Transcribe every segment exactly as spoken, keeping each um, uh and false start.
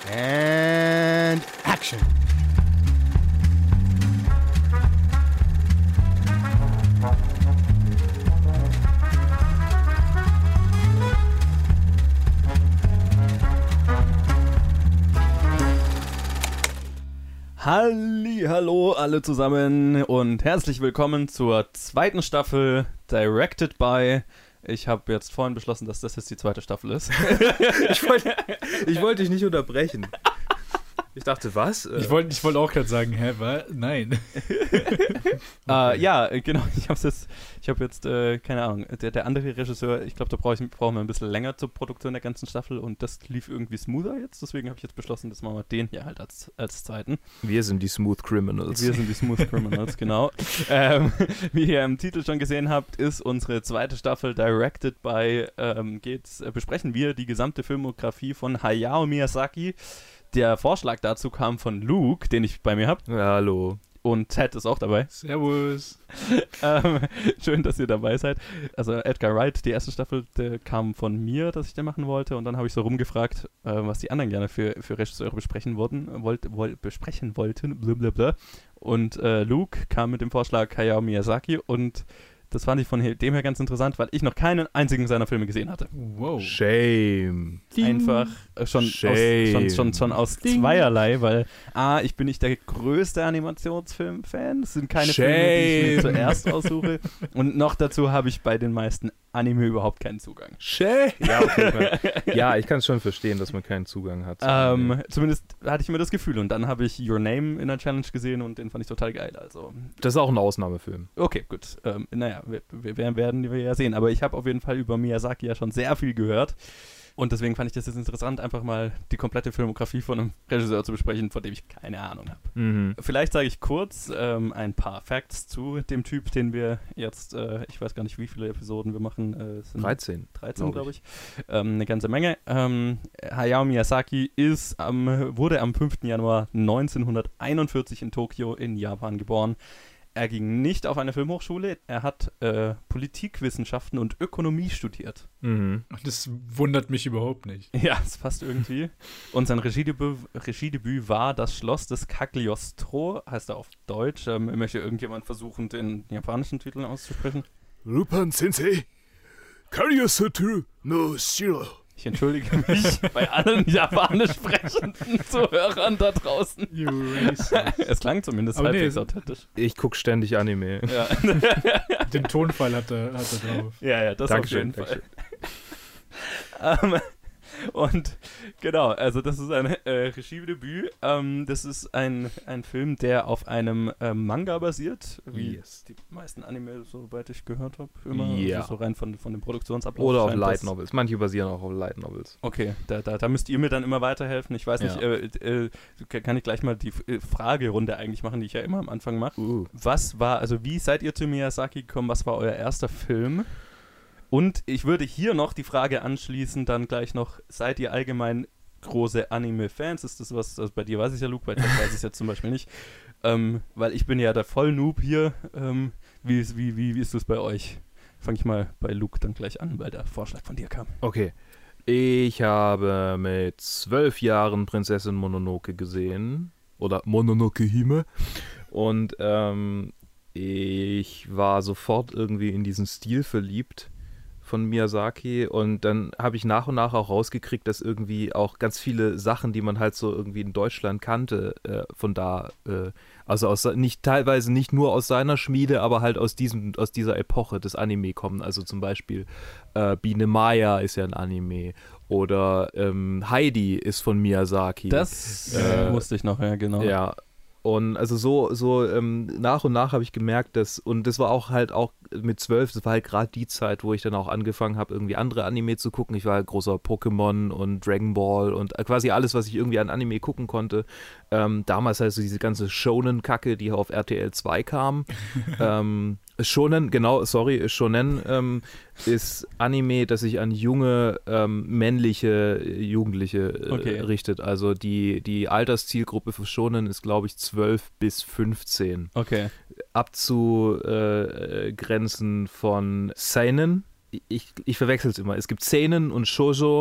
And action. Hallihallo alle zusammen und herzlich willkommen zur zweiten Staffel Directed by. Ich habe jetzt vorhin beschlossen, dass das jetzt die zweite Staffel ist. ich wollte ich wollt dich nicht unterbrechen. Ich dachte, was? Ich wollte ich wollt auch gerade sagen, hä, was? Nein. Okay. Uh, ja, genau. Ich habe jetzt, ich habe jetzt, äh, keine Ahnung, der, der andere Regisseur, ich glaube, da brauche ich brauchen wir ein bisschen länger zur Produktion der ganzen Staffel und das lief irgendwie smoother jetzt. Deswegen habe ich jetzt beschlossen, dass machen wir den hier halt als, als zweiten. Wir sind die Smooth Criminals. Wir sind die Smooth Criminals, genau. ähm, wie ihr im Titel schon gesehen habt, ist unsere zweite Staffel Directed by, ähm, geht's, äh, besprechen wir die gesamte Filmografie von Hayao Miyazaki. Der Vorschlag dazu kam von Luke, den ich bei mir habe. Ja, hallo. Und Ted ist auch dabei. Servus. ähm, schön, dass ihr dabei seid. Also Edgar Wright, die erste Staffel, der kam von mir, dass ich den machen wollte. Und dann habe ich so rumgefragt, äh, was die anderen gerne für, für Regisseure besprechen wollten, wollt, wollt, besprechen wollten. Blablabla. Und äh, Luke kam mit dem Vorschlag Hayao Miyazaki und das fand ich von dem her ganz interessant, weil ich noch keinen einzigen seiner Filme gesehen hatte. Wow. Shame. Einfach äh, schon, Shame. Aus, schon, schon, schon aus Ding. zweierlei, weil A, ich bin nicht der größte Animationsfilm-Fan, es sind keine Shame. Filme, die ich mir zuerst aussuche und noch dazu habe ich bei den meisten Anime überhaupt keinen Zugang. Shame. Ja, okay, ja, ich kann es schon verstehen, dass man keinen Zugang hat. Ähm, zumindest hatte ich immer das Gefühl und dann habe ich Your Name in der Challenge gesehen und den fand ich total geil. Also das ist auch ein Ausnahmefilm. Okay, gut. Ähm, naja, wir, wir werden wir ja sehen. Aber ich habe auf jeden Fall über Miyazaki ja schon sehr viel gehört. Und deswegen fand ich das jetzt interessant, einfach mal die komplette Filmografie von einem Regisseur zu besprechen, von dem ich keine Ahnung habe. Mhm. Vielleicht sage ich kurz ähm, ein paar Facts zu dem Typ, den wir jetzt, äh, ich weiß gar nicht, wie viele Episoden wir machen. Äh, es sind dreizehn. dreizehn, glaube ich. Ähm, eine ganze Menge. Ähm, Hayao Miyazaki ist am, wurde am fünften Januar neunzehnhunderteinundvierzig in Tokio in Japan geboren. Er ging nicht auf eine Filmhochschule, er hat äh, Politikwissenschaften und Ökonomie studiert. Mhm. Das wundert mich überhaupt nicht. Ja, es passt irgendwie. Und sein Regiedebüt, Regiedebüt war Das Schloss des Cagliostro, heißt er auf Deutsch. Ähm, möchte irgendjemand versuchen, den japanischen Titel auszusprechen? Lupin Sensei, Cagliostro no Shiro. Ich entschuldige mich bei allen japanisch sprechenden Zuhörern da draußen. You racist. Es klang zumindest Aber halbwegs nee, authentisch. Ich gucke ständig Anime. Ja. Den Tonfall hat er, hat er drauf. Ja, ja, das Dankeschön, auf jeden Fall. ähm, und genau, also das ist ein äh, Regiedebüt. Ähm, das ist ein, ein Film, der auf einem äh, Manga basiert, wie Yes. die meisten Anime, soweit ich gehört habe, immer. Ja. Also so rein von, von dem Produktionsablauf. Oder auf scheint Light das- Novels. Manche basieren auch auf Light Novels. Okay, da, da, da müsst ihr mir dann immer weiterhelfen. Ich weiß nicht, Ja. äh, äh, kann ich gleich mal die äh, Fragerunde eigentlich machen, die ich ja immer am Anfang mache. Uh. Was war, also wie seid ihr zu Miyazaki gekommen? Was war euer erster Film? Und ich würde hier noch die Frage anschließen, dann gleich noch, seid ihr allgemein große Anime-Fans? Ist das was, also bei dir weiß ich ja, Luke, bei dir weiß ich es jetzt zum Beispiel nicht. Ähm, weil ich bin ja der Vollnoob hier. Ähm, wie, ist- wie, wie, wie ist das bei euch? Fange ich mal bei Luke dann gleich an, weil der Vorschlag von dir kam. Okay. Ich habe mit zwölf Jahren Prinzessin Mononoke gesehen. Oder Mononoke Hime. Und ähm, ich war sofort irgendwie in diesen Stil verliebt von Miyazaki. Und dann habe ich nach und nach auch rausgekriegt, dass irgendwie auch ganz viele Sachen, die man halt so irgendwie in Deutschland kannte, äh, von da, äh, also aus, nicht teilweise nicht nur aus seiner Schmiede, aber halt aus diesem, aus dieser Epoche des Anime kommen. Also zum Beispiel äh, Biene Maya ist ja ein Anime. Oder ähm, Heidi ist von Miyazaki. Das Äh, wusste ich noch, ja, genau. Ja. Und also so, so ähm, nach und nach habe ich gemerkt, dass, und das war auch halt auch mit zwölf, das war halt gerade die Zeit, wo ich dann auch angefangen habe, irgendwie andere Anime zu gucken. Ich war halt großer Pokémon und Dragon Ball und quasi alles, was ich irgendwie an Anime gucken konnte. Ähm, damals halt so diese ganze Shonen-Kacke, die auf R T L zwei kam. ähm, Shonen, genau, sorry, Shonen ähm, ist Anime, das sich an junge, ähm, männliche Jugendliche äh, Okay. richtet. Also die, die Alterszielgruppe für Shonen ist, glaube ich, zwölf bis fünfzehn. Okay. Abzugrenzen von Seinen. Ich, ich verwechsel es immer. Es gibt Seinen und Shoujo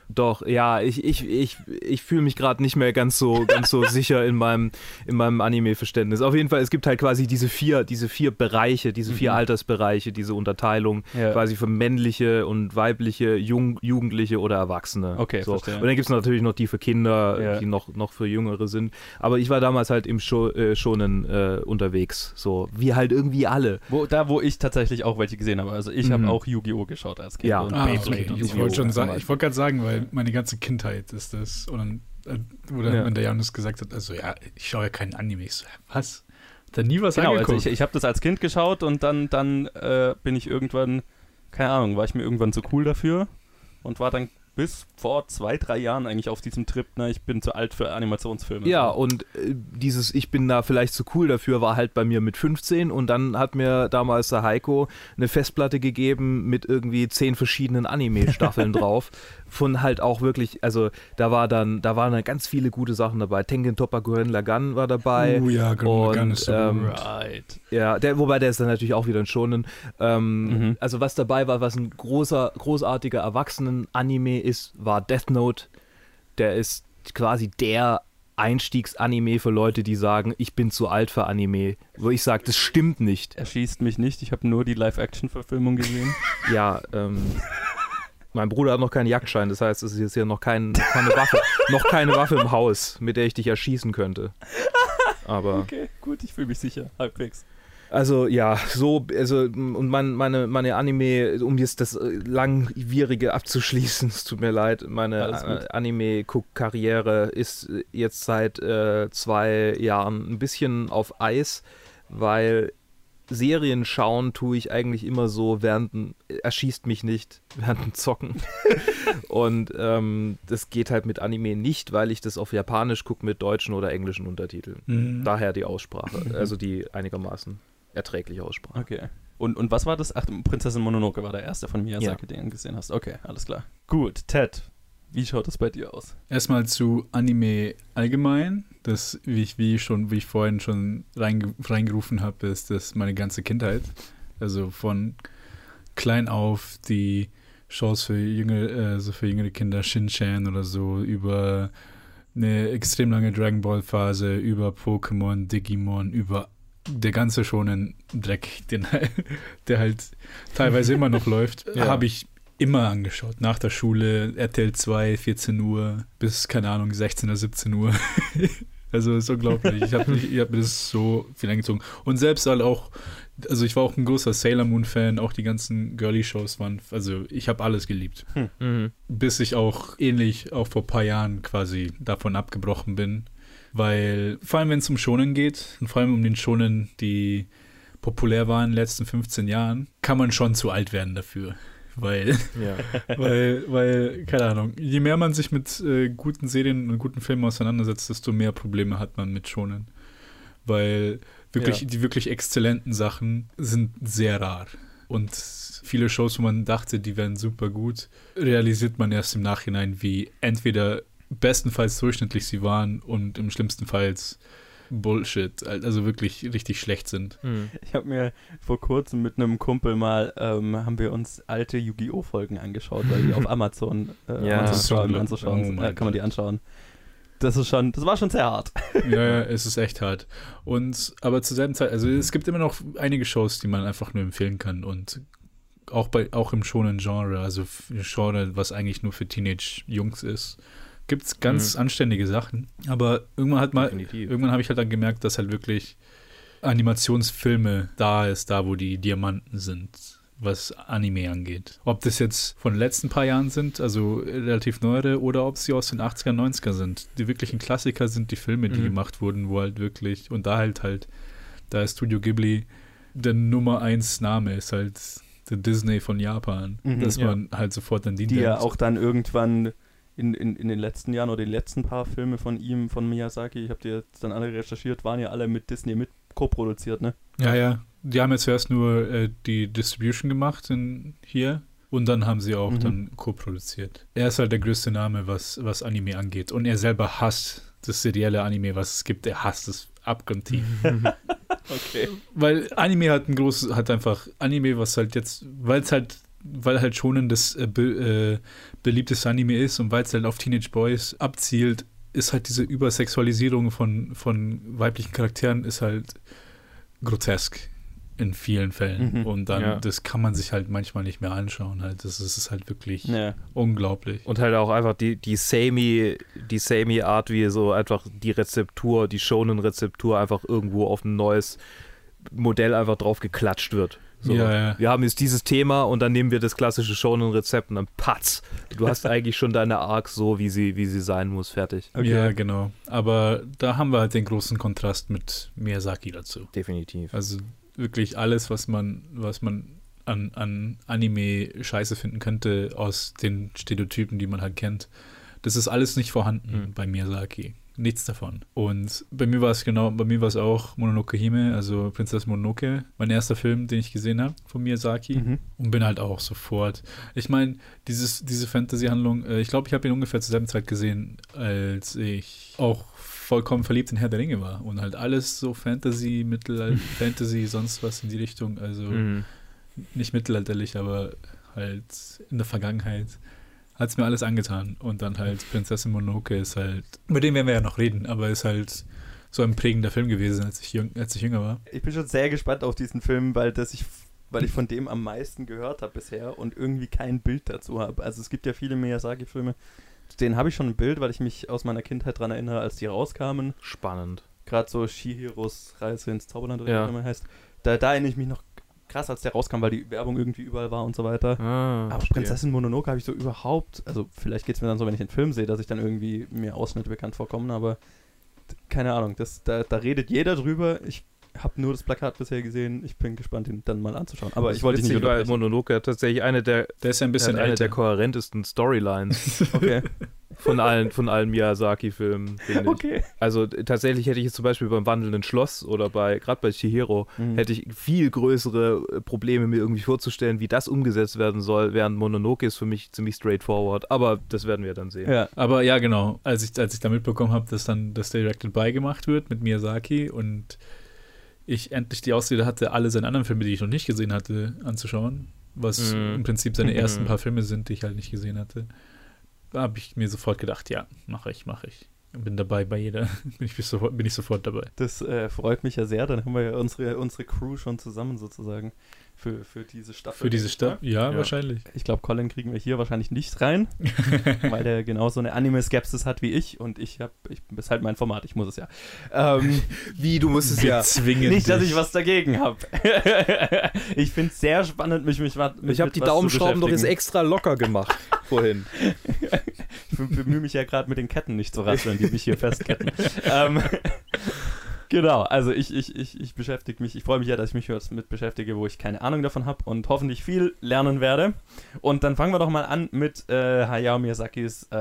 Doch, ja, ich, ich, ich, ich fühle mich gerade nicht mehr ganz so, ganz so sicher in meinem, in meinem Anime-Verständnis. Auf jeden Fall, es gibt halt quasi diese vier, diese vier Bereiche, diese vier Mhm. Altersbereiche, diese Unterteilung Ja. quasi für männliche und weibliche, Jung, Jugendliche oder Erwachsene. Okay, so. verstehe. Und dann gibt es natürlich noch die für Kinder, Ja. die noch, noch für Jüngere sind. Aber ich war damals halt im Sho äh, Shonen äh, unterwegs, so wie halt irgendwie alle. Wo, da, wo ich tatsächlich auch welche gesehen habe. Also ich Mhm. habe auch Yu-Gi-Oh! Geschaut als Kind. Ja. und Ah, Beyblade okay. und Ich so. wollte schon sagen, zum ich wollte gerade sagen, weil meine ganze Kindheit ist das. Und dann, äh, wo dann Ja. wenn der Janus gesagt hat, also ja, ich schaue ja keinen Anime. Ich so, was? Da nie was Genau, also angeguckt. ich, ich habe das als Kind geschaut und dann, dann äh, bin ich irgendwann, keine Ahnung, war ich mir irgendwann zu cool dafür und war dann bis vor zwei, drei Jahren eigentlich auf diesem Trip, ne, ich bin zu alt für Animationsfilme. Ja, und äh, dieses Ich bin da vielleicht zu cool dafür war halt bei mir mit fünfzehn und dann hat mir damals der Heiko eine Festplatte gegeben mit irgendwie zehn verschiedenen Anime-Staffeln drauf. Von halt auch wirklich, also da war dann, da waren dann ganz viele gute Sachen dabei. Tengen Toppa Gurren Lagann war dabei. Oh ja, Gurren Lagann und, ist so ähm, gut. Right. Ja, der, wobei der ist dann natürlich auch wieder ein Shonen. Ähm, Mhm. Also was dabei war, was ein großer, großartiger Erwachsenen-Anime ist, war Death Note. Der ist quasi der Einstiegsanime für Leute, die sagen, ich bin zu alt für Anime. Wo ich sage, das stimmt nicht. Er schießt mich nicht, ich habe nur die Live-Action-Verfilmung gesehen. Ja, ähm, mein Bruder hat noch keinen Jagdschein, das heißt, es ist jetzt hier noch kein, keine Waffe, noch keine Waffe im Haus, mit der ich dich erschießen könnte. Aber Okay, gut, ich fühle mich sicher, halbwegs. also ja, so, also und mein, meine, meine Anime, um jetzt das äh, Langwierige abzuschließen, es tut mir leid, meine Alles gut. äh, Anime-Karriere ist äh, jetzt seit äh, zwei Jahren ein bisschen auf Eis, weil Serien schauen tue ich eigentlich immer so, während erschießt mich nicht, während dem Zocken. Und ähm, das geht halt mit Anime nicht, weil ich das auf Japanisch gucke mit deutschen oder englischen Untertiteln. Mhm. Daher die Aussprache, also die einigermaßen erträgliche Aussprache. Okay. Und, und was war das? Ach, Prinzessin Mononoke war der erste von Miyazaki, den du gesehen hast. Okay, alles klar. Gut, Ted, wie schaut das bei dir aus? Erstmal zu Anime allgemein. Das, wie ich, wie ich schon, wie ich vorhin schon reinge reingerufen habe, ist das meine ganze Kindheit. Also von klein auf die Shows für jüngere, äh, so für jüngere Kinder, Shin-Chan oder so, über eine extrem lange Dragon Ball Phase, über Pokémon, Digimon, über der ganze schonen Dreck, den, der halt teilweise immer noch läuft, Ja. habe ich immer angeschaut. Nach der Schule, R T L zwei, vierzehn Uhr, bis, keine Ahnung, sechzehn oder siebzehn Uhr. Also ist unglaublich. Ich habe ich hab mir das so viel angezogen. Und selbst halt auch, also ich war auch ein großer Sailor Moon Fan, auch die ganzen Girly-Shows waren, also ich habe alles geliebt. Mhm. Bis ich auch ähnlich, auch vor ein paar Jahren quasi davon abgebrochen bin. Weil, vor allem wenn es um Shonen geht, und vor allem um den Shonen, die populär waren in den letzten fünfzehn Jahren, kann man schon zu alt werden dafür. Weil, Ja. weil, weil, keine Ahnung, je mehr man sich mit äh, guten Serien und guten Filmen auseinandersetzt, desto mehr Probleme hat man mit Shonen. Weil wirklich, Ja. die wirklich exzellenten Sachen sind sehr rar. Und viele Shows, wo man dachte, die wären super gut, realisiert man erst im Nachhinein, wie entweder bestenfalls durchschnittlich sie waren und im schlimmsten Fall Bullshit, also wirklich richtig schlecht sind. Mhm. Ich habe mir vor kurzem mit einem Kumpel mal, ähm, haben wir uns alte Yu-Gi-Oh! Folgen angeschaut, weil die auf Amazon, äh, Ja. Amazon Prime So, anzuschauen, oh sind. mein äh, kann man die Gott. anschauen. Das ist schon, das war schon sehr hart. Ja, ja, es ist echt hart. Und, aber zur selben Zeit, also es gibt immer noch einige Shows, die man einfach nur empfehlen kann und auch bei, auch im schonen Genre, also ein Genre, was eigentlich nur für Teenage-Jungs ist, gibt es ganz Mhm. anständige Sachen. Aber irgendwann hat mal, Definitiv. irgendwann habe ich halt dann gemerkt, dass halt wirklich Animationsfilme da ist, da wo die Diamanten sind, was Anime angeht. Ob das jetzt von den letzten paar Jahren sind, also relativ neuere, oder ob sie aus den achtziger, neunziger sind. Die wirklichen Klassiker sind die Filme, die Mhm. gemacht wurden, wo halt wirklich, und da halt halt, da ist Studio Ghibli der Nummer eins Name, ist halt der Disney von Japan, Mhm, dass ja. man halt sofort an die, Die ja denkt. auch dann irgendwann in, in, in den letzten Jahren oder die letzten paar Filme von ihm, von Miyazaki, ich habe die jetzt dann alle recherchiert, waren ja alle mit Disney mit co-produziert, ne? Ja, ja. Die haben jetzt zuerst nur äh, die Distribution gemacht in, hier und dann haben sie auch Mhm. dann co-produziert. Er ist halt der größte Name, was, was Anime angeht. Und er selber hasst das serielle Anime, was es gibt. Er hasst es abgrundtief. Okay. Weil Anime hat ein großes, hat einfach Anime, was halt jetzt, weil es halt weil halt Shonen das äh, be, äh, beliebteste Anime ist und weil es halt auf Teenage Boys abzielt, ist halt diese Übersexualisierung von, von weiblichen Charakteren ist halt grotesk in vielen Fällen. Mhm. Und dann, Ja. das kann man sich halt manchmal nicht mehr anschauen. Halt. Das, ist, das ist halt wirklich Ja. unglaublich. Und halt auch einfach die, die samey, die samey Art, wie so einfach die Rezeptur, die Shonen-Rezeptur einfach irgendwo auf ein neues Modell einfach drauf geklatscht wird. So, Ja, ja. wir haben jetzt dieses Thema und dann nehmen wir das klassische Shonen-Rezept und dann patz. Du hast eigentlich schon deine Arc so, wie sie, wie sie sein muss, fertig. Okay. Ja, genau. Aber da haben wir halt den großen Kontrast mit Miyazaki dazu. Definitiv. Also wirklich alles, was man, was man an, an Anime scheiße finden könnte, aus den Stereotypen, die man halt kennt, das ist alles nicht vorhanden Mhm. bei Miyazaki. Nichts davon. Und bei mir war es genau, bei mir war es auch Mononoke Hime, also Prinzessin Mononoke, mein erster Film, den ich gesehen habe von Miyazaki. Mhm. Und bin halt auch sofort. Ich meine, dieses, diese Fantasy-Handlung, äh, ich glaube, ich habe ihn ungefähr zur selben Zeit gesehen, als ich auch vollkommen verliebt in Herr der Ringe war. Und halt alles so Fantasy, Mittelalter, Fantasy, sonst was in die Richtung. Also Mhm. nicht mittelalterlich, aber halt in der Vergangenheit. Hat es mir alles angetan. Und dann halt Prinzessin Mononoke ist halt, über den werden wir ja noch reden, aber ist halt so ein prägender Film gewesen, als ich, jüng, als ich jünger war. Ich bin schon sehr gespannt auf diesen Film, weil, das ich, weil ich von dem am meisten gehört habe bisher und irgendwie kein Bild dazu habe. Also es gibt ja viele Miyazaki-Filme, zu denen habe ich schon ein Bild, weil ich mich aus meiner Kindheit daran erinnere, als die rauskamen. Spannend. Gerade so Shihiros Reise ins Zauberland oder Ja. wie auch immer heißt. Da, da erinnere ich mich noch krass, als der rauskam, weil die Werbung irgendwie überall war und so weiter. Ah, Aber verstehe. Prinzessin Mononoke habe ich so überhaupt, also vielleicht geht es mir dann so, wenn ich den Film sehe, dass ich dann irgendwie mir Ausschnitte bekannt vorkomme, aber d- keine Ahnung, das, da, da redet jeder drüber. Ich habe nur das Plakat bisher gesehen, ich bin gespannt, ihn dann mal anzuschauen. Aber ich wollte dich nicht Witzig, weil unterbrechen. Mononoke hat tatsächlich eine der, Der ist ja ein bisschen hat eine älter. der kohärentesten Storylines Okay, von allen, von allen Miyazaki-Filmen, finde ich. okay. Also t- tatsächlich hätte ich jetzt zum Beispiel beim Wandelnden Schloss oder bei, gerade bei Chihiro, Mhm. hätte ich viel größere äh, Probleme mir irgendwie vorzustellen, wie das umgesetzt werden soll, während Mononoke ist für mich ziemlich straightforward, aber das werden wir dann sehen. Ja, Aber ja, genau, als ich, als ich da mitbekommen habe, dass dann das Directed By gemacht wird mit Miyazaki und ich endlich die Ausrede hatte, alle seine anderen Filme, die ich noch nicht gesehen hatte, anzuschauen, was Mhm. im Prinzip seine ersten Mhm. paar Filme sind, die ich halt nicht gesehen hatte, da habe ich mir sofort gedacht, ja, mache ich, mache ich. Bin dabei bei jeder, bin ich sofort, bin ich sofort dabei. das äh, freut mich ja sehr, dann haben wir ja unsere, unsere Crew schon zusammen sozusagen für, für diese Staffel. Für diese Stadt? Ja, Ja. wahrscheinlich. Ich glaube, Colin kriegen wir hier wahrscheinlich nicht rein, weil der genauso eine Anime-Skepsis hat wie ich und ich habe, ich, das ist halt mein Format, ich muss es ja. Ähm, Wie, du musst es Wir ja. zwingen nicht, dass dich. ich was dagegen habe. Ich finde es sehr spannend, mich, mich, mich Ich habe mit die was zu Daumenschrauben doch jetzt beschäftigen. extra locker gemacht vorhin. Ich bemühe mich ja gerade mit den Ketten nicht zu rasseln, die mich hier festketten. ähm, genau, also ich, ich, ich, ich beschäftige mich, ich freue mich ja, dass ich mich was mit beschäftige, wo ich keine Ahnung davon habe und hoffentlich viel lernen werde. Und dann fangen wir doch mal an mit äh, Hayao Miyazakis äh,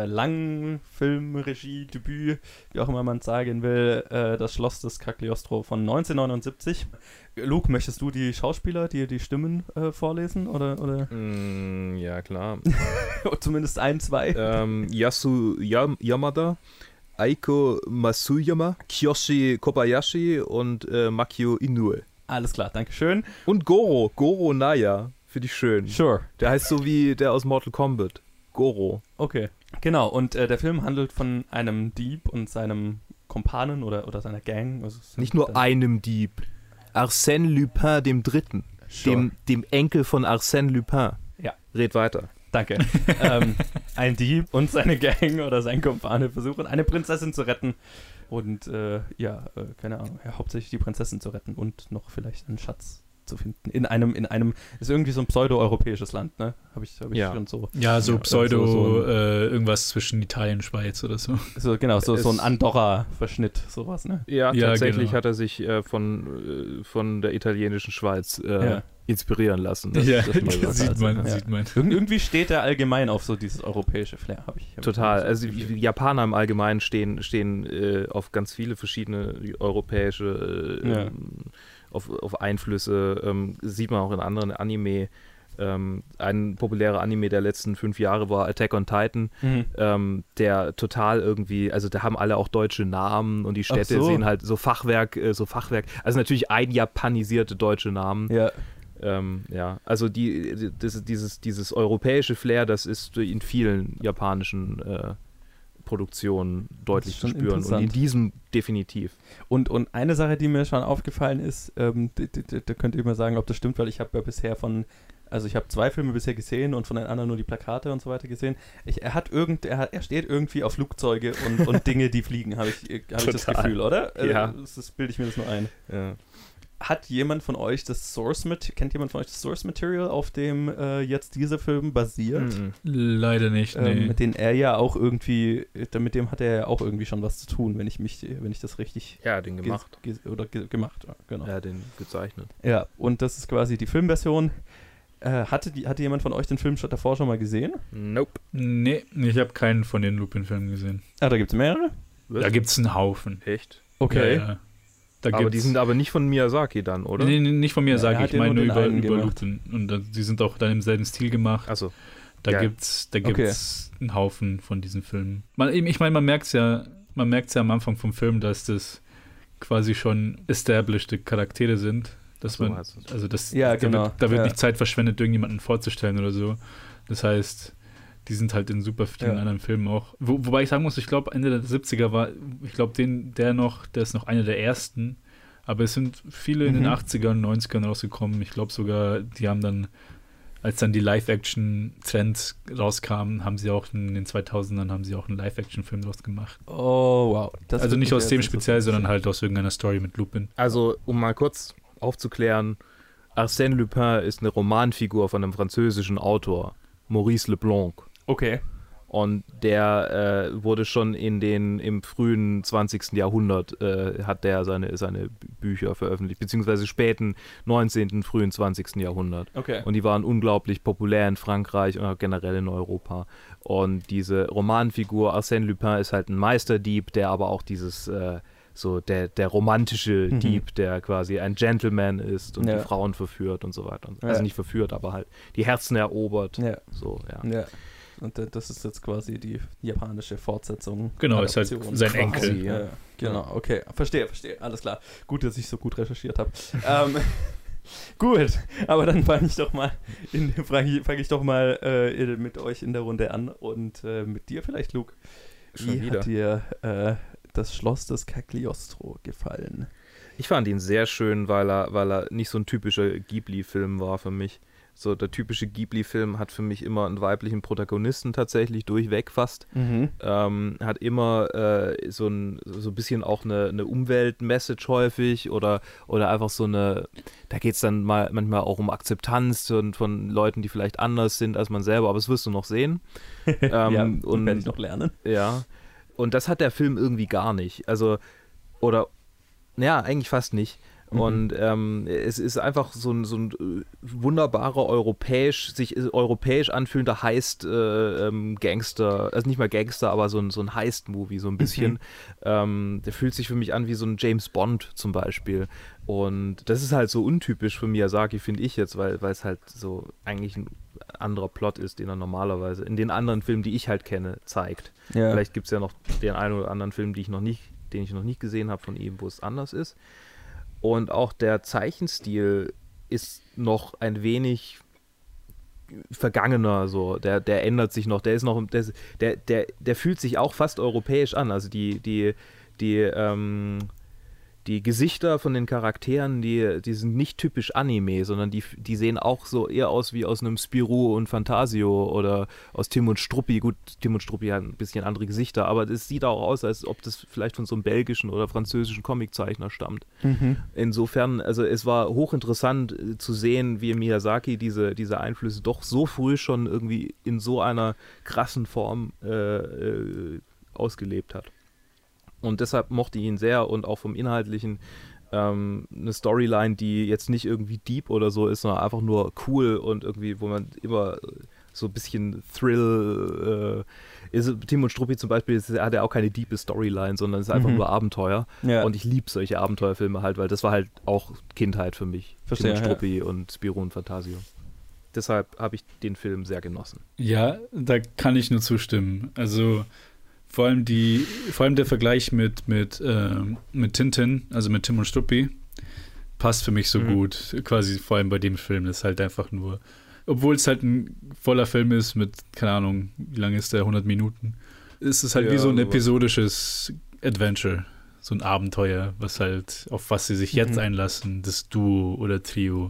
Langfilmregie-Debüt, wie auch immer man es sagen will, äh, Das Schloss des Cagliostro von neunzehnhundertneunundsiebzig. Luke, möchtest du die Schauspieler, die die Stimmen äh, vorlesen? Oder, oder Mm, ja, klar. zumindest ein, zwei? ähm, Yasu Yam Yamada, Aiko Masuyama, Kiyoshi Kobayashi und äh, Makio Inoue. Alles klar, Dankeschön. Und Goro, Goro Naya, finde ich schön. Sure. Der heißt so wie der aus Mortal Kombat. Goro. Okay. Genau, und äh, der Film handelt von einem Dieb und seinem Kumpanen oder, oder seiner Gang. Also es sind Nicht nur dann- einem Dieb. Arsène Lupin dem Dritten. Sure. Dem, dem Enkel von Arsène Lupin. Ja. Red weiter. Danke. ähm, ein Dieb und seine Gang oder sein Kumpane versuchen, eine Prinzessin zu retten. Und äh, ja, äh, keine Ahnung, ja, hauptsächlich die Prinzessin zu retten und noch vielleicht einen Schatz zu finden. In einem, in einem, ist irgendwie so ein pseudo-europäisches Land, ne? Habe ich, hab ich Ja. schon so. Ja, so Ja, Pseudo, so- so ein- äh, irgendwas zwischen Italien und Schweiz oder so. So, genau, so, so ein Es- Andorra-Verschnitt, sowas, ne? Ja, Ja, tatsächlich genau. hat er sich äh, von, äh, von der italienischen Schweiz äh, Ja. inspirieren lassen. Das, ja, das ist mal was. sieht man, Ja. sieht man. Irg irgendwie steht er allgemein auf so dieses europäische Flair, habe ich. Hab Total. ich so Also das die Gefühl. Japaner im Allgemeinen stehen, stehen äh, auf ganz viele verschiedene europäische äh, Ja. ähm, auf, auf Einflüsse. Ähm, sieht man auch in anderen Anime. Ähm, ein populärer Anime der letzten fünf Jahre war Attack on Titan, Mhm. ähm, der total irgendwie, also da haben alle auch deutsche Namen und die Städte Ach so. sehen halt so Fachwerk, äh, so Fachwerk, also natürlich einjapanisierte deutsche Namen. Ja. Ähm, ja, also die, das, dieses, dieses europäische Flair, das ist in vielen japanischen äh, Produktionen deutlich zu spüren und in diesem definitiv. Und, und eine Sache, die mir schon aufgefallen ist, ähm, da könnt ihr mal sagen, ob das stimmt, weil ich habe ja bisher von, also ich habe zwei Filme bisher gesehen und von den anderen nur die Plakate und so weiter gesehen. Ich, er hat irgend, er hat, er steht irgendwie auf Flugzeuge und, und Dinge, die fliegen, habe ich, hab ich das Gefühl, oder? Ja. Das, das bilde ich mir das nur ein. Ja. Hat jemand von euch das Source Material, kennt jemand von euch das Source Material, auf dem äh, jetzt dieser Film basiert? Mhm. Leider nicht, nee. Ähm, mit dem er ja auch irgendwie, mit dem hat er ja auch irgendwie schon was zu tun, wenn ich mich, wenn ich das richtig Ja, den gemacht. Ge ge oder ge gemacht, ja, genau. Ja, den gezeichnet. Ja, und das ist quasi die Filmversion. Äh, hatte, die, hatte jemand von euch den Film schon davor schon mal gesehen? Nope. Nee, ich habe keinen von den Lupin-Filmen gesehen. Ah, da gibt es mehrere? Was? Da gibt es einen Haufen. Echt? Okay. Ja, ja. Da aber gibt's, die sind aber nicht von Miyazaki dann, oder? Nee, nee, nicht von mir, Ja, sage er ich. hat Ich ja meine nur nur den über, einen über gemacht. Lupin. Und da, die sind auch dann im selben Stil gemacht. Achso. Da geil. gibt's, da gibt's einen Haufen von diesen Filmen. Man, eben, ich meine, man merkt es ja, man merkt's ja am Anfang vom Film, dass das quasi schon established Charaktere sind. Dass So man, heißt es. also das, Ja, da genau. wird, da wird Ja. nicht Zeit verschwendet, irgendjemanden vorzustellen oder so. Das heißt, die sind halt in super vielen Ja. anderen Filmen auch. Wo, wobei ich sagen muss, ich glaube, Ende der siebziger war, ich glaube, den, der noch, der ist noch einer der ersten. Aber es sind viele in Mhm. den achtzigern, neunzigern rausgekommen. Ich glaube sogar, die haben dann, als dann die Live-Action-Trends rauskamen, haben sie auch in den zweitausendern haben sie auch einen Live-Action-Film draus gemacht. Oh, wow. Das Also wird nicht mich aus jetzt dem interessant. speziell, sondern halt aus irgendeiner Story mit Lupin. Also, um mal kurz aufzuklären, Arsène Lupin ist eine Romanfigur von einem französischen Autor, Maurice Leblanc. Okay. Und der äh, wurde schon in den, im frühen zwanzigsten Jahrhundert äh, hat der seine, seine Bücher veröffentlicht, beziehungsweise späten neunzehnten, frühen zwanzigsten Jahrhundert. Okay. Und die waren unglaublich populär in Frankreich und auch generell in Europa. Und diese Romanfigur Arsène Lupin ist halt ein Meisterdieb, der aber auch dieses, äh, so der, der romantische Mhm. Dieb, der quasi ein Gentleman ist und Ja. die Frauen verführt und so weiter. Ja. Also nicht verführt, aber halt die Herzen erobert. Ja. So, ja. Ja. Und äh, das ist jetzt quasi die japanische Fortsetzung. Genau, ist halt Adaption sein quasi. Enkel. Ja. Genau, okay. Verstehe, verstehe. Alles klar. Gut, dass ich so gut recherchiert habe. ähm, gut, aber dann fange ich doch mal, in, fang ich, fang ich doch mal äh, mit euch in der Runde an und äh, mit dir vielleicht, Luke. Schon Wie wieder. hat dir äh, das Schloss des Cagliostro gefallen? Ich fand ihn sehr schön, weil er, weil er nicht so ein typischer Ghibli-Film war für mich. So, der typische Ghibli-Film hat für mich immer einen weiblichen Protagonisten tatsächlich durchweg fast. Mhm. Ähm, hat immer äh, so ein so ein bisschen auch eine, eine Umwelt-Message häufig oder, oder einfach so eine, da geht es dann mal manchmal auch um Akzeptanz von, von Leuten, die vielleicht anders sind als man selber, aber das wirst du noch sehen. ähm, ja, und werde ich noch lernen. Ja, und das hat der Film irgendwie gar nicht. Also, oder, ja, eigentlich fast nicht. Mhm. Und ähm, es ist einfach so ein, so ein äh, wunderbarer europäisch, sich äh, europäisch anfühlender Heist äh, ähm, Gangster, also nicht mal Gangster, aber so ein, so ein Heist-Movie, so ein bisschen. Mhm. Ähm, der fühlt sich für mich an wie so ein James Bond zum Beispiel. Und das ist halt so untypisch für Miyazaki, finde ich jetzt, weil weil es halt so eigentlich ein anderer Plot ist, den er normalerweise in den anderen Filmen, die ich halt kenne, zeigt. Ja. Vielleicht gibt es ja noch den einen oder anderen Film, die ich noch nicht, den ich noch nicht gesehen habe von ihm, wo es anders ist. Und auch der Zeichenstil ist noch ein wenig vergangener, so. Der, der ändert sich noch, der ist noch, der, der, der, der fühlt sich auch fast europäisch an. Also die, die, die, ähm, die Gesichter von den Charakteren, die, die sind nicht typisch Anime, sondern die, die sehen auch so eher aus wie aus einem Spirou und Fantasio oder aus Tim und Struppi. Gut, Tim und Struppi haben ein bisschen andere Gesichter, aber es sieht auch aus, als ob das vielleicht von so einem belgischen oder französischen Comiczeichner stammt. Mhm. Insofern, also es war hochinteressant äh, zu sehen, wie Miyazaki diese, diese Einflüsse doch so früh schon irgendwie in so einer krassen Form äh, äh, ausgelebt hat. Und deshalb mochte ich ihn sehr und auch vom Inhaltlichen ähm, eine Storyline, die jetzt nicht irgendwie deep oder so ist, sondern einfach nur cool und irgendwie, wo man immer so ein bisschen Thrill äh, ist. Tim und Struppi zum Beispiel ist, hat ja auch keine diepe Storyline, sondern es ist einfach Mhm. nur Abenteuer. Ja. Und ich liebe solche Abenteuerfilme halt, weil das war halt auch Kindheit für mich. Verstehe, Tim und ja. Struppi und Spirou und Fantasio. Deshalb habe ich den Film sehr genossen. Ja, da kann ich nur zustimmen. Also vor allem die, vor allem der Vergleich mit, mit, ähm, mit Tintin, also mit Tim und Struppi, passt für mich so Mhm. gut. Quasi vor allem bei dem Film. Das ist halt einfach nur, obwohl es halt ein voller Film ist mit, keine Ahnung, wie lange ist der, hundert Minuten, ist es halt Ja, wie so ein sowas. episodisches Adventure. So ein Abenteuer, was halt, auf was sie sich jetzt Mhm. einlassen, das Duo oder Trio.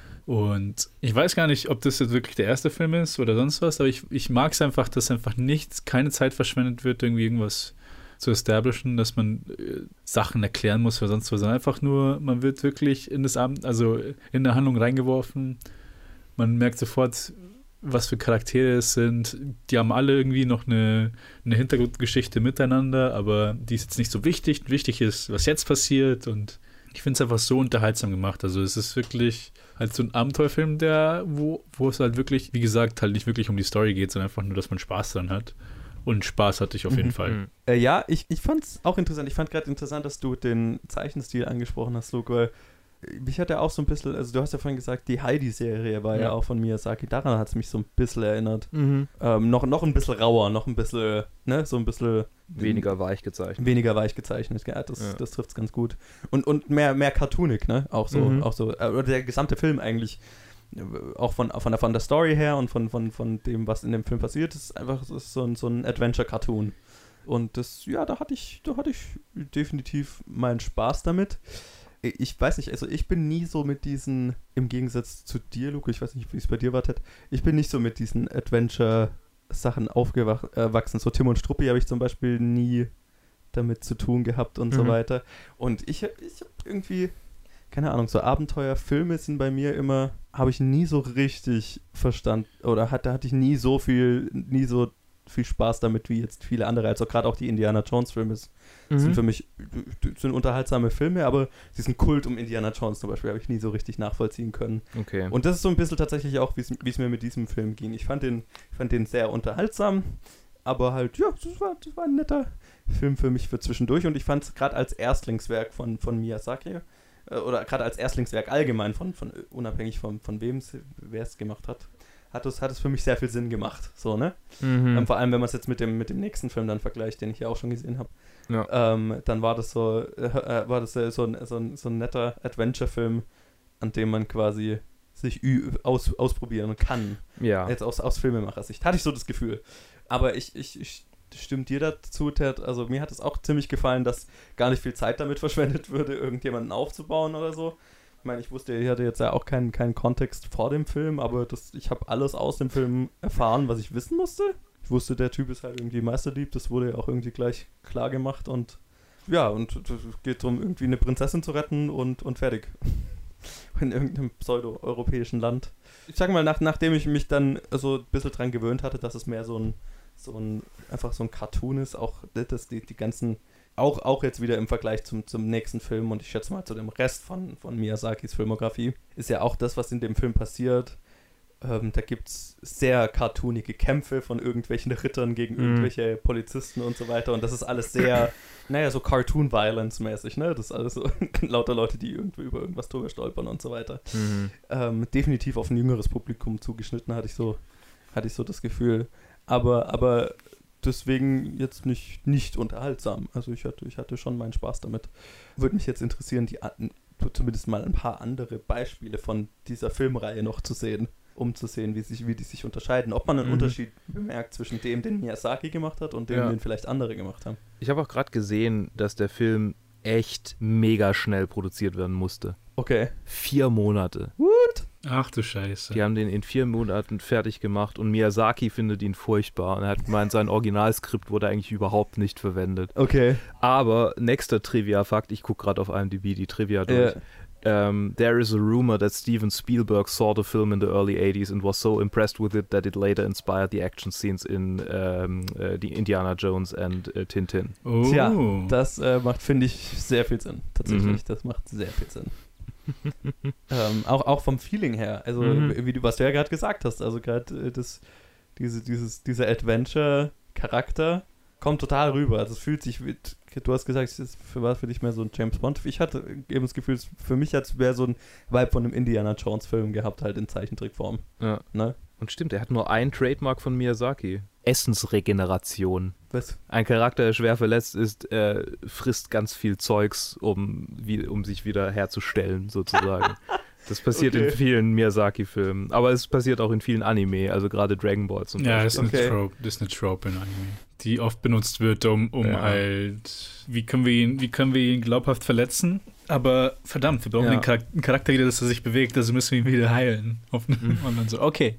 Und ich weiß gar nicht, ob das jetzt wirklich der erste Film ist oder sonst was, aber ich, ich mag es einfach, dass einfach nichts, keine Zeit verschwendet wird, irgendwie irgendwas zu establishen, dass man äh, Sachen erklären muss oder sonst was, sondern einfach nur, man wird wirklich in das Abend, also in der Handlung reingeworfen, man merkt sofort, was für Charaktere es sind. Die haben alle irgendwie noch eine, eine Hintergrundgeschichte miteinander, aber die ist jetzt nicht so wichtig. Wichtig ist, was jetzt passiert, und ich finde es einfach so unterhaltsam gemacht. Also es ist wirklich halt so ein Abenteuerfilm, der, wo, wo es halt wirklich, wie gesagt, halt nicht wirklich um die Story geht, sondern einfach nur, dass man Spaß dran hat. Und Spaß hatte ich auf jeden Mhm. Fall. Mhm. Äh, ja, ich, ich fand es auch interessant. Ich fand gerade interessant, dass du den Zeichenstil angesprochen hast, Luke, weil mich hat er auch so ein bisschen, also du hast ja vorhin gesagt, die Heidi-Serie war ja, Ja. auch von Miyazaki. Daran hat es mich so ein bisschen erinnert. Mhm. Ähm, noch, noch ein bisschen rauer, noch ein bisschen, ne, so ein bisschen Weniger weich gezeichnet. weniger weich gezeichnet. Ja, das, Ja. das trifft es ganz gut. Und, und mehr, mehr cartoonig, ne? Auch so, Mhm. auch so, äh, oder der gesamte Film eigentlich, äh, auch von, von, der, von der Story her und von, von, von dem, was in dem Film passiert, ist einfach es ist so ein, so ein Adventure-Cartoon. Und das, ja, da hatte ich, da hatte ich definitiv meinen Spaß damit. Ich weiß nicht, also ich bin nie so mit diesen, im Gegensatz zu dir, Luke, ich weiß nicht, wie es bei dir war, Ted, ich bin nicht so mit diesen Adventure-Sachen aufgewachsen. So Tim und Struppi habe ich zum Beispiel nie damit zu tun gehabt und so Mhm. weiter. Und ich, ich habe irgendwie, keine Ahnung, so Abenteuerfilme sind bei mir immer, habe ich nie so richtig verstanden, oder hat, da hatte ich nie so viel, nie so viel Spaß damit wie jetzt viele andere, also gerade auch die Indiana Jones Filme sind für mich sind unterhaltsame Filme, aber diesen Kult um Indiana Jones zum Beispiel habe ich nie so richtig nachvollziehen können. Okay. Und das ist so ein bisschen tatsächlich auch, wie es mir mit diesem Film ging. Ich fand den, ich fand den sehr unterhaltsam, aber halt, ja, das war, das war ein netter Film für mich für zwischendurch, und ich fand es gerade als Erstlingswerk von, von Miyazaki, äh, oder gerade als Erstlingswerk allgemein, von, von unabhängig von, von wem wer es gemacht hat, hat es, hat es für mich sehr viel Sinn gemacht. So, ne? Mhm. Ähm, vor allem, wenn man es jetzt mit dem, mit dem nächsten Film dann vergleicht, den ich ja auch schon gesehen habe. Ja. Ähm, dann war das so, äh, äh, war das äh, so, ein, so, ein, so ein netter Adventure-Film, an dem man quasi sich ü- aus, ausprobieren kann. Ja. Jetzt aus, aus Filmemacher-Sicht. Hatte ich so das Gefühl. Aber ich, ich, ich stimme dir dazu, Ted. Also mir hat es auch ziemlich gefallen, dass gar nicht viel Zeit damit verschwendet würde, irgendjemanden aufzubauen oder so. Ich meine, ich wusste, ich hatte jetzt ja auch keinen, keinen Kontext vor dem Film, aber das, ich habe alles aus dem Film erfahren, was ich wissen musste. Ich wusste, der Typ ist halt irgendwie meisterlieb, das wurde ja auch irgendwie gleich klar gemacht, und ja, und es geht darum, irgendwie eine Prinzessin zu retten und, und fertig. In irgendeinem pseudo-europäischen Land. Ich sag mal, nach, nachdem ich mich dann so ein bisschen dran gewöhnt hatte, dass es mehr so ein, so ein einfach so ein Cartoon ist, auch das, die, die ganzen, auch, auch jetzt wieder im Vergleich zum, zum nächsten Film, und ich schätze mal zu dem Rest von, von Miyazakis Filmografie, ist ja auch das, was in dem Film passiert. Ähm, da gibt es sehr cartoonige Kämpfe von irgendwelchen Rittern gegen Mhm. irgendwelche Polizisten und so weiter, und das ist alles sehr, naja, so Cartoon-Violence-mäßig, ne? Das ist alles so lauter Leute, die irgendwie über irgendwas drüber stolpern und so weiter. Mhm. Ähm, definitiv auf ein jüngeres Publikum zugeschnitten, hatte ich so, hatte ich so das Gefühl. Aber, aber deswegen jetzt nicht, nicht unterhaltsam. Also ich hatte, ich hatte schon meinen Spaß damit. Würde mich jetzt interessieren, die an- zumindest mal ein paar andere Beispiele von dieser Filmreihe noch zu sehen, um zu sehen, wie, sich, wie die sich unterscheiden. Ob man einen Mhm. Unterschied bemerkt zwischen dem, den Miyazaki gemacht hat, und dem, Ja. den vielleicht andere gemacht haben. Ich habe auch gerade gesehen, dass der Film echt mega schnell produziert werden musste. Okay. Vier Monate. Ach du Scheiße. Die haben den in vier Monaten fertig gemacht und Miyazaki findet ihn furchtbar. Und er hat gemeint, sein Originalskript wurde eigentlich überhaupt nicht verwendet. Okay. Aber nächster Trivia-Fakt, ich gucke gerade auf I M D B die Trivia durch. Um, there is a rumor that Steven Spielberg saw the film in the early eighties and was so impressed with it that it later inspired the action scenes in um, uh, the Indiana Jones and uh, Tintin. Oh. Tja, das äh, macht, finde ich, sehr viel Sinn. Tatsächlich, Mhm. das macht sehr viel Sinn. ähm, auch, auch vom Feeling her, also Mhm. wie du, was du ja gerade gesagt hast, also gerade äh, das, diese, dieses, dieser Adventure-Charakter kommt total rüber. Also es fühlt sich, wie, du hast gesagt, es ist für, war für dich mehr so ein James Bond. Ich hatte eben das Gefühl, es für mich hat es mehr so ein Vibe von einem Indiana Jones Film gehabt, halt in Zeichentrickform. Ja. Ne? Und stimmt, er hat nur ein Trademark von Miyazaki. Essensregeneration. Was? Ein Charakter, der schwer verletzt ist, äh, frisst ganz viel Zeugs, um, wie, um sich wieder herzustellen, sozusagen. Das passiert Okay. in vielen Miyazaki-Filmen, aber es passiert auch in vielen Anime, also gerade Dragon Ball zum Ja, Beispiel. das ist, Okay. eine Trope, das ist eine Trope in Anime, die oft benutzt wird, um, um Ja. halt, wie können wir ihn, wie können wir ihn glaubhaft verletzen? Aber verdammt, wir brauchen Ja. den Charakter, einen Charakter wieder, dass er sich bewegt, also müssen wir ihn wieder heilen. Auf- Mhm. Und dann so, okay.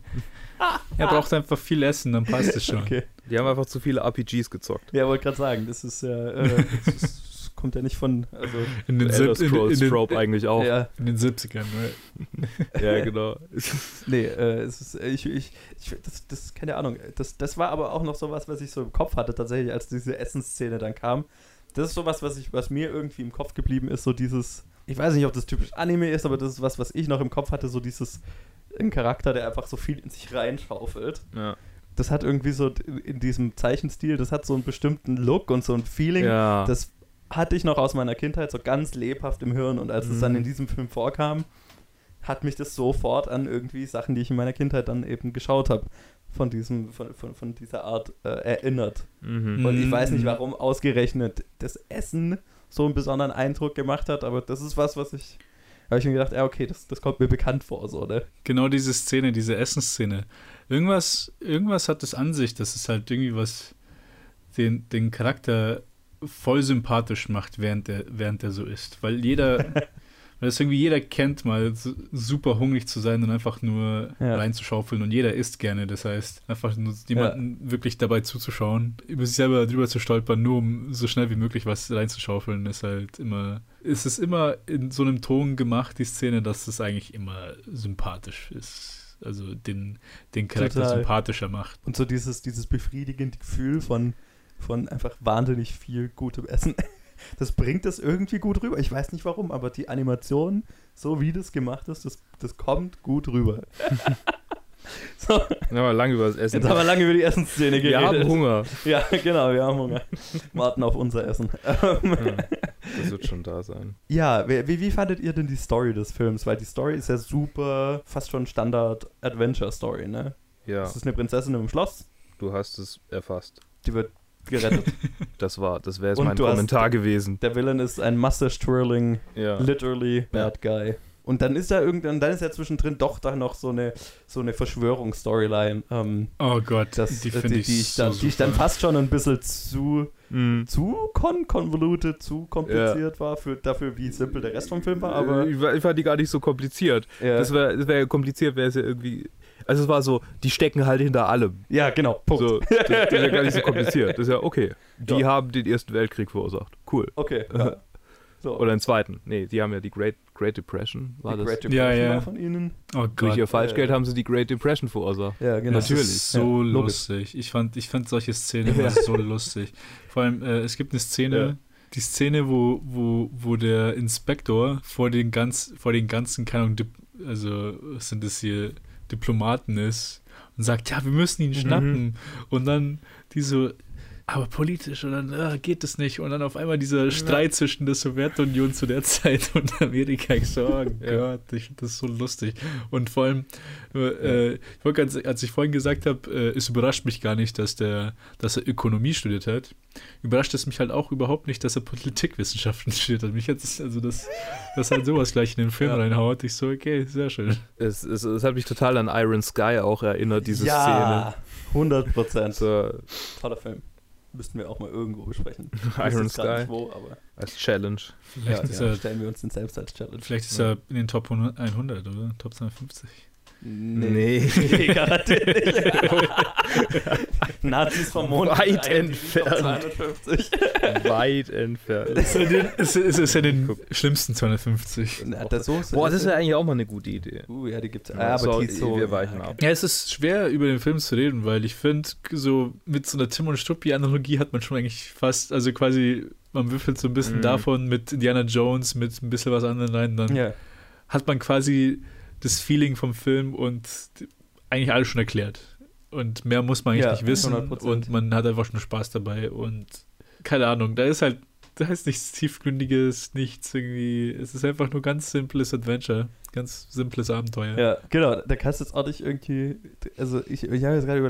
Er braucht einfach viel Essen, dann passt es schon. Okay. Die haben einfach zu viele R P Gs gezockt. Ja, wollte gerade sagen, das ist ja, äh, das, ist, das kommt ja nicht von, also, In den, Elder sieb- in, Scrolls in, den, Trope eigentlich auch. ja, in den siebzigern, right? Ja, genau. nee, äh, es ist, äh, ich, ich, ich das, das, keine Ahnung, das, das war aber auch noch sowas, was ich so im Kopf hatte, tatsächlich, als diese Essensszene dann kam. Das ist sowas, was ich, was mir irgendwie im Kopf geblieben ist, so dieses, ich weiß nicht, ob das typisch Anime ist, aber das ist was, was ich noch im Kopf hatte, so dieses, ein Charakter, der einfach so viel in sich reinschaufelt. Ja. Das hat irgendwie so in diesem Zeichenstil, das hat so einen bestimmten Look und so ein Feeling. Ja. Das hatte ich noch aus meiner Kindheit so ganz lebhaft im Hirn und als es Mhm. dann in diesem Film vorkam, hat mich das sofort an irgendwie Sachen, die ich in meiner Kindheit dann eben geschaut habe, von diesem, von, von, von dieser Art äh, erinnert. Mhm. Und ich Mhm. weiß nicht, warum ausgerechnet das Essen so einen besonderen Eindruck gemacht hat, aber das ist was, was ich, habe ich mir gedacht, ja okay, das, das kommt mir bekannt vor, so, ne? Genau diese Szene, diese Essensszene. Irgendwas, irgendwas hat es an sich, dass es halt irgendwie was den, den Charakter voll sympathisch macht, während der, während der so ist. Weil jeder, weil das irgendwie jeder kennt, mal so, super hungrig zu sein und einfach nur Ja. reinzuschaufeln und jeder isst gerne. Das heißt, einfach nur jemanden wirklich dabei zuzuschauen, über sich selber drüber zu stolpern, nur um so schnell wie möglich was reinzuschaufeln, ist halt immer, es ist immer in so einem Ton gemacht, die Szene, dass es eigentlich immer sympathisch ist. Also den, den Charakter Total. sympathischer macht. Und so dieses, dieses befriedigende Gefühl von, von einfach wahnsinnig viel gutem Essen. Das bringt das irgendwie gut rüber. Ich weiß nicht warum, aber die Animation, so wie das gemacht ist, das, das kommt gut rüber. So, Ja, aber lange über das Essen. jetzt haben wir lange über die Essensszene geredet. Wir haben Hunger. Ja, genau, wir haben Hunger. Warten auf unser Essen. Ähm, Ja, das wird schon da sein. Ja, wie, wie fandet ihr denn die Story des Films? Weil die Story ist ja super, fast schon Standard-Adventure-Story, ne? Ja, Es ist eine Prinzessin im Schloss, du hast es erfasst. die wird gerettet. Das war, das wäre jetzt Und mein du hast- Kommentar gewesen. Der Villain ist ein Mustache-twirling, Ja. literally bad guy. Und dann ist da irgendwann, dann ist ja zwischendrin doch da noch so eine, so eine Verschwörungsstoryline, ähm, Oh Gott, das, die die, finde die, ich, die, ich so dann, die ich dann super. fast schon ein bisschen zu, Mhm. zu kon convoluted, zu kompliziert war für dafür, wie simpel der Rest vom Film war, aber ich, war- ich fand die gar nicht so kompliziert. ja, Das wäre das wär kompliziert, wäre es ja irgendwie. Also es war so, die stecken halt hinter allem. ja genau, Punkt. So, das, das ist ja gar nicht so kompliziert. Das ist ja okay. Die Ja. haben den Ersten Weltkrieg verursacht. Cool. Okay, ja. So. Oder den zweiten. Nee, die haben ja die Great, Great Depression. War die das? Great Depression Ja, ja. war von ihnen. Oh Durch Gott. ihr Falschgeld äh, haben sie die Great Depression verursacht. Ja, genau. Das Natürlich. ist so Ja, logisch. lustig. Ich fand, ich fand solche Szenen immer so lustig. Vor allem, äh, es gibt eine Szene, Ja. die Szene, wo, wo, wo der Inspektor vor den, ganz, vor den ganzen, keine Ahnung, Dip, also was sind das hier, Diplomaten ist und sagt, ja, wir müssen ihn schnappen. Und dann die so, aber politisch und dann ah, geht es nicht. Und dann auf einmal dieser Streit zwischen der Sowjetunion zu der Zeit und Amerika. Ich so, oh Ja. Gott, ich finde das so lustig. Und vor allem, äh, ich wollte ganz, als ich vorhin gesagt habe, äh, es überrascht mich gar nicht, dass, der, dass er Ökonomie studiert hat. Überrascht es mich halt auch überhaupt nicht, dass er Politikwissenschaften studiert hat. Mich hat es, also das, das halt sowas gleich in den Film Ja. reinhaut. Ich so, okay, sehr schön. Es, es, es hat mich total an Iron Sky auch erinnert, diese ja, hundert Prozent. Szene. Toller Film. Müssten wir auch mal irgendwo besprechen. So, Ich Iron wüsste jetzt gar Sky nicht wo, aber als Challenge. Vielleicht, ja, ist ja, er, stellen wir uns den selbst als Challenge. vielleicht ist ja. er in den Top hundert, oder? Top zweihundertfünfzig. Nee. Nee, garantiert nicht. Nazis vom Mond. Weit I M D B Top entfernt. zweihundertfünfzig. Weit entfernt. Ist er den, ist, ist, ist er den schlimmsten zweihundertfünfzig? Na, das so, Boah, das wäre eigentlich auch mal eine gute Idee. Uh, ja, die gibt's. Ja, Ah, aber sorry, die ist so. wir weichen ja, ab. Ja, es ist schwer, über den Film zu reden, weil ich finde, so mit so einer Tim und Struppi-Analogie hat man schon eigentlich fast, also quasi, man würfelt so ein bisschen Mhm. davon mit Indiana Jones, mit ein bisschen was anderem rein, dann Ja. hat man quasi das Feeling vom Film und eigentlich alles schon erklärt. Und mehr muss man eigentlich Ja, nicht wissen hundert Prozent. und man hat einfach schon Spaß dabei und keine Ahnung, da ist halt, da ist nichts Tiefgründiges, nichts irgendwie, es ist einfach nur ganz simples Adventure, ganz simples Abenteuer. Ja, genau. Da kannst du jetzt auch nicht irgendwie. Also, ich, ich habe jetzt gerade überlegt,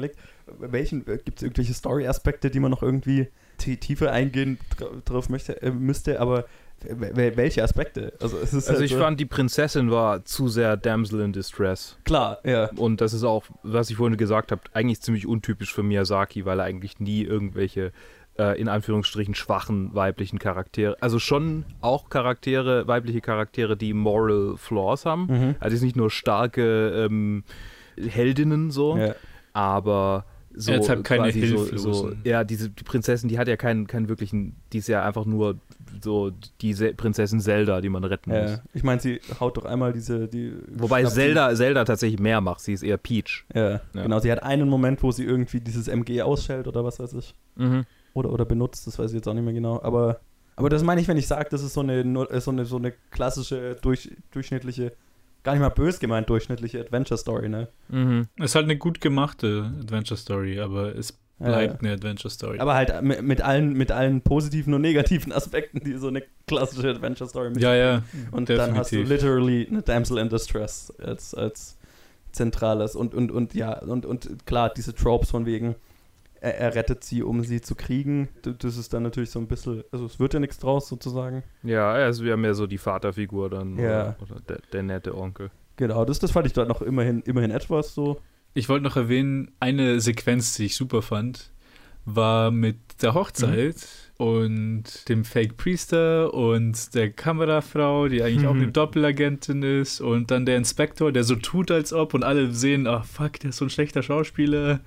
welchen, gibt es irgendwelche Story-Aspekte, die man noch irgendwie t- tiefer eingehen dra- drauf möchte, äh, müsste, aber w- welche Aspekte? Also, es ist Also halt ich so, fand, die Prinzessin war zu sehr Damsel in Distress. klar, ja. Und das ist auch, was ich vorhin gesagt habe, eigentlich ziemlich untypisch für Miyazaki, weil er eigentlich nie irgendwelche, äh, in Anführungsstrichen, schwachen weiblichen Charaktere, also schon auch Charaktere, weibliche Charaktere, die Moral Flaws haben. Mhm. Also es ist nicht nur starke ähm, Heldinnen so, ja. aber so Er hat halt keine quasi so, so, Hilflosen. ja, diese die Prinzessin, die hat ja keinen, keinen wirklichen, die ist ja einfach nur so die Se- Prinzessin Zelda, die man retten muss. Ja. Ich meine, sie haut doch einmal diese, die Wobei schnappt Zelda, Zelda tatsächlich mehr macht, sie ist eher Peach. Die, ja, Ja. genau. Sie hat einen Moment, wo sie irgendwie dieses M G ausschält oder was weiß ich. Mhm. Oder, oder benutzt, das weiß ich jetzt auch nicht mehr genau. Aber, aber das meine ich, wenn ich sage, das ist so eine, nur- äh, so eine, so eine klassische, durch, durchschnittliche, gar nicht mal bös gemeint, durchschnittliche Adventure-Story, ne? Mhm. Es ist halt eine gut gemachte Adventure-Story, aber es bleibt Ja. eine Adventure-Story. Aber halt mit, mit, allen, mit allen positiven und negativen Aspekten, die so eine klassische Adventure-Story mit ja, ja. Und dann hast du definitiv. literally eine Damsel in Distress als, als zentrales. Und, und, und ja, und, und klar, diese Tropes von wegen, er, er rettet sie, um sie zu kriegen. D- Das ist dann natürlich so ein bisschen, also es wird ja nichts draus sozusagen. Ja, also wir haben ja so die Vaterfigur dann Ja. oder, oder der, der nette Onkel. Genau, das, das fand ich dort noch immerhin, immerhin etwas so. Ich wollte noch erwähnen, eine Sequenz, die ich super fand, war mit der Hochzeit und dem Fake-Priester und der Kamerafrau, die eigentlich auch Mhm. eine Doppelagentin ist, und dann der Inspektor, der so tut, als ob, und alle sehen, ach fuck, der ist so ein schlechter Schauspieler.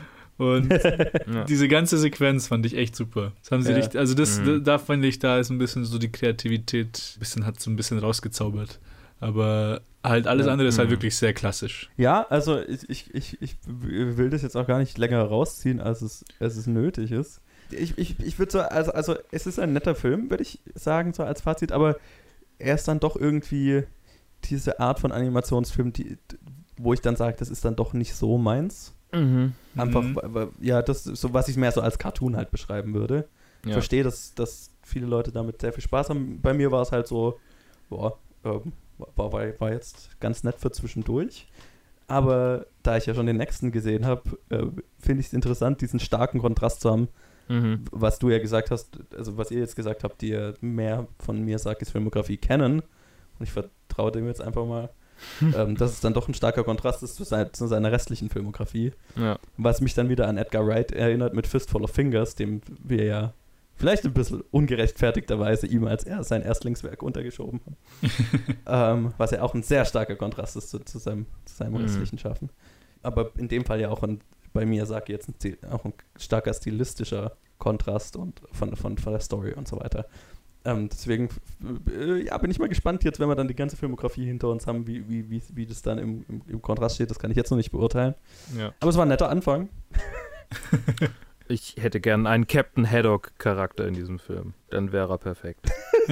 Und Ja. diese ganze Sequenz fand ich echt super. Das haben sie Ja. richtig, also das, Mhm. da, da fand ich, da ist ein bisschen so die Kreativität, ein bisschen, hat so ein bisschen rausgezaubert. Aber halt alles Ja. andere ist halt Mhm. wirklich sehr klassisch. Ja, also ich, ich, ich, ich will das jetzt auch gar nicht länger rausziehen, als es, als es nötig ist. Ich, ich, ich würde so, also, also es ist ein netter Film, würde ich sagen, so als Fazit, aber er ist dann doch irgendwie diese Art von Animationsfilm, die, wo ich dann sage, das ist dann doch nicht so meins. Mhm. Einfach, Mhm. weil- weil- ja, das ist so, was ich mehr so als Cartoon halt beschreiben würde. Ich Ja. verstehe, dass, dass viele Leute damit sehr viel Spaß haben. Bei mir war es halt so, boah, ähm, war, war, war jetzt ganz nett für zwischendurch. Aber da ich ja schon den nächsten gesehen habe, äh, finde ich es interessant, diesen starken Kontrast zu haben, Mhm. was du ja gesagt hast, also was ihr jetzt gesagt habt, die ja mehr von Miyazakis Filmografie kennen. Und ich vertraue dem jetzt einfach mal, ähm, dass es dann doch ein starker Kontrast ist zu, sein, zu seiner restlichen Filmografie. Ja. Was mich dann wieder an Edgar Wright erinnert mit Fistful of Fingers, dem wir ja vielleicht ein bisschen ungerechtfertigterweise ihm als er sein Erstlingswerk untergeschoben haben. ähm, was ja auch ein sehr starker Kontrast ist zu, zu seinem, zu seinem Mhm. restlichen Schaffen. Aber in dem Fall ja auch ein, bei Miyazaki jetzt ein, Stil- auch ein starker stilistischer Kontrast und von, von, von der Story und so weiter. Ähm, deswegen äh, ja, bin ich mal gespannt jetzt, wenn wir dann die ganze Filmografie hinter uns haben, wie, wie, wie, wie das dann im, im, im Kontrast steht. Das kann ich jetzt noch nicht beurteilen. Ja. Aber es war ein netter Anfang. Ich hätte gern einen Captain Haddock-Charakter in diesem Film. Dann wäre er perfekt.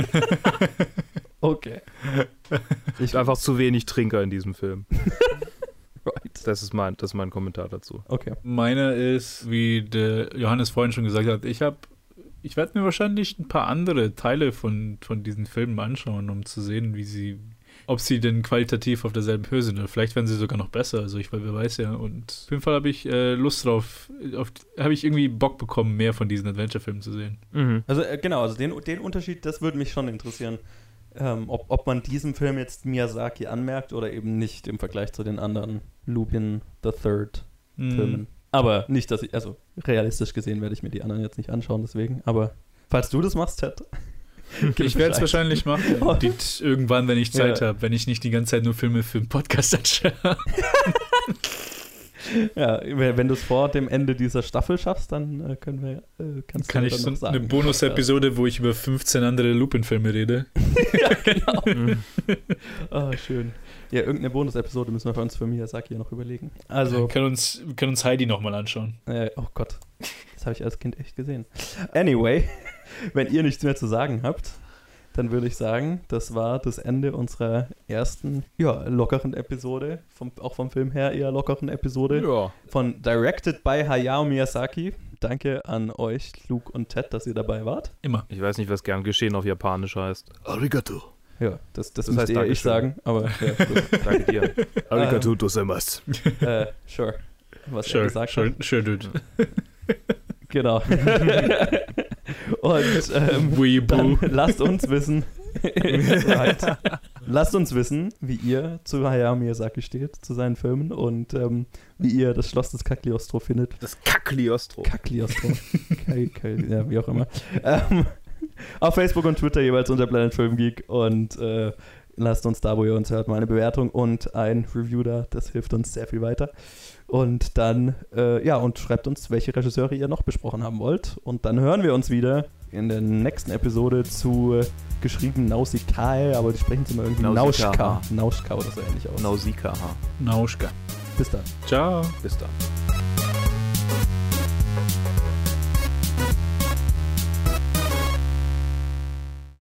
Okay. Ich bin einfach zu wenig Trinker in diesem Film. Right. Das ist mein, das ist mein Kommentar dazu. Okay. Meiner ist, wie der Johannes vorhin schon gesagt hat, ich habe, ich werde mir wahrscheinlich ein paar andere Teile von, von diesen Filmen anschauen, um zu sehen, wie sie, ob sie denn qualitativ auf derselben Höhe sind. Oder vielleicht werden sie sogar noch besser, also ich, weil wer weiß ja. Und auf jeden Fall habe ich äh, Lust drauf, auf, habe ich irgendwie Bock bekommen, mehr von diesen Adventure-Filmen zu sehen. Mhm. Also äh, genau, also den, den Unterschied, das würde mich schon interessieren, ähm, ob, ob man diesem Film jetzt Miyazaki anmerkt oder eben nicht im Vergleich zu den anderen Lupin the Third Filmen. Mhm. Aber nicht, dass ich, also realistisch gesehen werde ich mir die anderen jetzt nicht anschauen, deswegen. Aber falls du das machst, Ted, gib Ich werde es Bescheid. wahrscheinlich machen. Die, irgendwann, wenn ich Zeit Ja. habe, wenn ich nicht die ganze Zeit nur Filme für einen Podcast anschaue. Ja, wenn wenn du es vor dem Ende dieser Staffel schaffst, dann äh, können wir, äh, kannst Kann du ich dann so noch sagen. eine Bonus-Episode, wo ich über fünfzehn andere Lupin-Filme rede? Ja, genau. Mhm. Ah, schön. Ja, irgendeine Bonus-Episode müssen wir für uns für Miyazaki hier noch überlegen. Also, Wir können uns, wir können uns Heidi nochmal anschauen. Äh, oh Gott, das habe ich als Kind echt gesehen. Anyway, wenn ihr nichts mehr zu sagen habt, dann würde ich sagen, das war das Ende unserer ersten, ja, lockeren Episode, vom, auch vom Film her eher lockeren Episode, Ja. von Directed by Hayao Miyazaki. Danke an euch, Luke und Ted, dass ihr dabei wart. Immer. Ich weiß nicht, was gern geschehen auf Japanisch heißt. Arigato. Ja, das, das, Das müsst heißt eher ich Dankeschön. sagen, aber ja, gut. Danke dir. Arigato gozaimasu. äh, sure. was Sure, er gesagt sure, hat. sure, dude. Genau. Und ähm, Weeboo. dann lasst uns wissen, right. lasst uns wissen, wie ihr zu Hayao Miyazaki steht, zu seinen Filmen und ähm, wie ihr das Schloss des Cagliostro findet. Das Kackliostro. Cagliostro. Kai, Kai, ja, wie auch immer. Ähm, auf Facebook und Twitter jeweils unter Planet Film Geek und äh, lasst uns da, wo ihr uns hört, mal eine Bewertung und ein Review da. Das hilft uns sehr viel weiter. Und dann, äh, ja, und schreibt uns, welche Regisseure ihr noch besprochen haben wollt. Und dann hören wir uns wieder in der nächsten Episode zu äh, geschrieben Nausikae, aber die sprechen es immer irgendwie Nausikaha. Nauschka. Nauschka oder so ähnlich aus. Nausikaha. Nauschka. Bis dann. Ciao. Bis dann.